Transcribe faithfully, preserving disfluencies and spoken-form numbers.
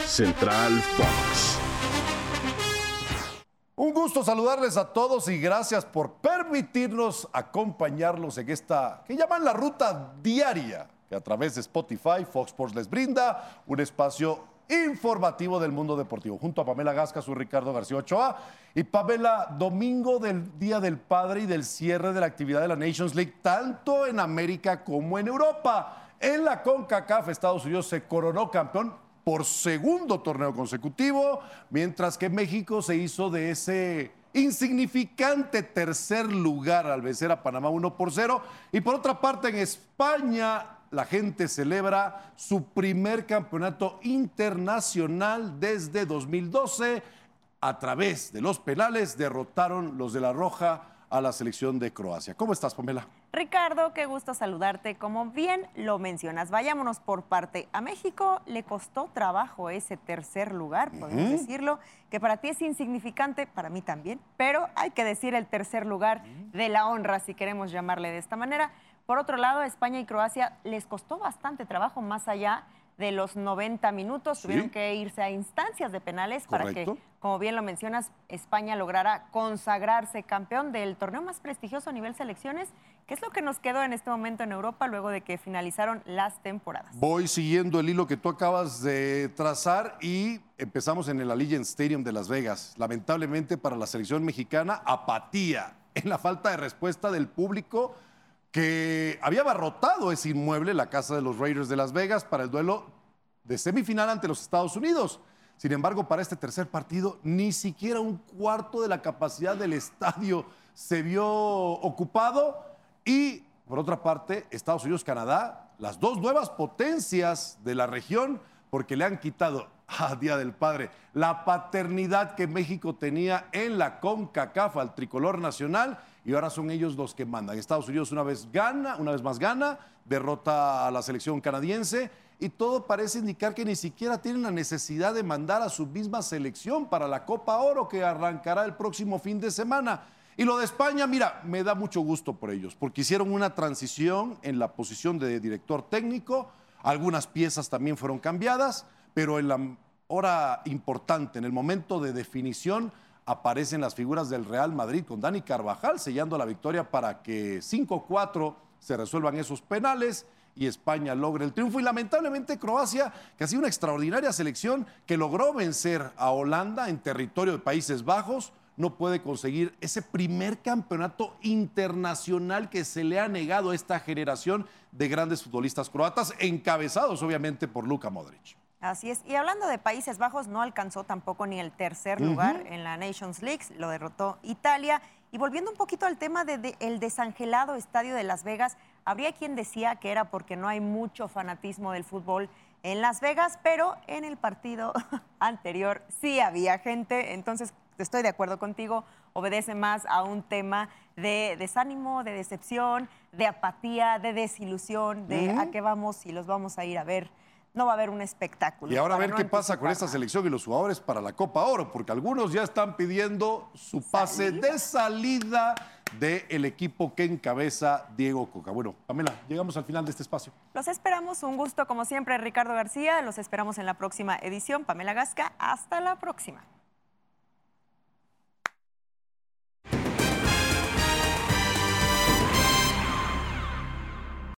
Central Fox. Un gusto saludarles a todos y gracias por permitirnos acompañarlos en esta que llaman la ruta diaria, que a través de Spotify, Fox Sports les brinda un espacio informativo del mundo deportivo. Junto a Pamela Gasca, soy Ricardo García Ochoa. Y Pamela, domingo del Día del Padre y del cierre de la actividad de la Nations League, tanto en América como en Europa. En la CONCACAF, Estados Unidos se coronó campeón por segundo torneo consecutivo, mientras que México se hizo de ese insignificante tercer lugar al vencer a Panamá uno por cero. Y por otra parte, en España, la gente celebra su primer campeonato internacional desde dos mil doce. A través de los penales derrotaron los de la Roja a la selección de Croacia. ¿Cómo estás, Pamela? Ricardo, qué gusto saludarte. Como bien lo mencionas, vayámonos por parte. A México le costó trabajo ese tercer lugar, podemos uh-huh. decirlo, que para ti es insignificante, para mí también, pero hay que decir el tercer lugar uh-huh. de la honra, si queremos llamarle de esta manera. Por otro lado, España y Croacia les costó bastante trabajo más allá de los noventa minutos. ¿Sí? Tuvieron que irse a instancias de penales. Correcto. Para que, como bien lo mencionas, España lograra consagrarse campeón del torneo más prestigioso a nivel selecciones, que es lo que nos quedó en este momento en Europa luego de que finalizaron las temporadas. Voy siguiendo el hilo que tú acabas de trazar y empezamos en el Allegiant Stadium de Las Vegas. Lamentablemente para la selección mexicana, apatía en la falta de respuesta del público que había abarrotado ese inmueble, la casa de los Raiders de Las Vegas, para el duelo de semifinal ante los Estados Unidos. Sin embargo, para este tercer partido, ni siquiera un cuarto de la capacidad del estadio se vio ocupado. Y, por otra parte, Estados Unidos-Canadá, las dos nuevas potencias de la región, porque le han quitado a Día del Padre la paternidad que México tenía en la CONCACAF al tricolor nacional, y ahora son ellos los que mandan. Estados Unidos una vez gana, una vez más gana, derrota a la selección canadiense, y todo parece indicar que ni siquiera tienen la necesidad de mandar a su misma selección para la Copa Oro que arrancará el próximo fin de semana. Y lo de España, mira, me da mucho gusto por ellos, porque hicieron una transición en la posición de director técnico, algunas piezas también fueron cambiadas, pero en la hora importante, en el momento de definición, aparecen las figuras del Real Madrid con Dani Carvajal sellando la victoria para que cinco cuatro se resuelvan esos penales y España logre el triunfo. Y lamentablemente Croacia, que ha sido una extraordinaria selección que logró vencer a Holanda en territorio de Países Bajos, no puede conseguir ese primer campeonato internacional que se le ha negado a esta generación de grandes futbolistas croatas, encabezados obviamente por Luka Modric. Así es. Y hablando de Países Bajos, no alcanzó tampoco ni el tercer lugar uh-huh. en la Nations League, lo derrotó Italia. Y volviendo un poquito al tema del de, de, desangelado estadio de Las Vegas, habría quien decía que era porque no hay mucho fanatismo del fútbol en Las Vegas, pero en el partido anterior sí había gente. Entonces, estoy de acuerdo contigo, obedece más a un tema de desánimo, de decepción, de apatía, de desilusión, de uh-huh. a qué vamos y los vamos a ir a ver. No va a haber un espectáculo. Y ahora a ver no qué pasa con esta selección y los jugadores para la Copa Oro, porque algunos ya están pidiendo su pase ¿Salida? de salida del equipo que encabeza Diego Coca. Bueno, Pamela, llegamos al final de este espacio. Los esperamos, un gusto como siempre, Ricardo García. Los esperamos en la próxima edición. Pamela Gasca, hasta la próxima.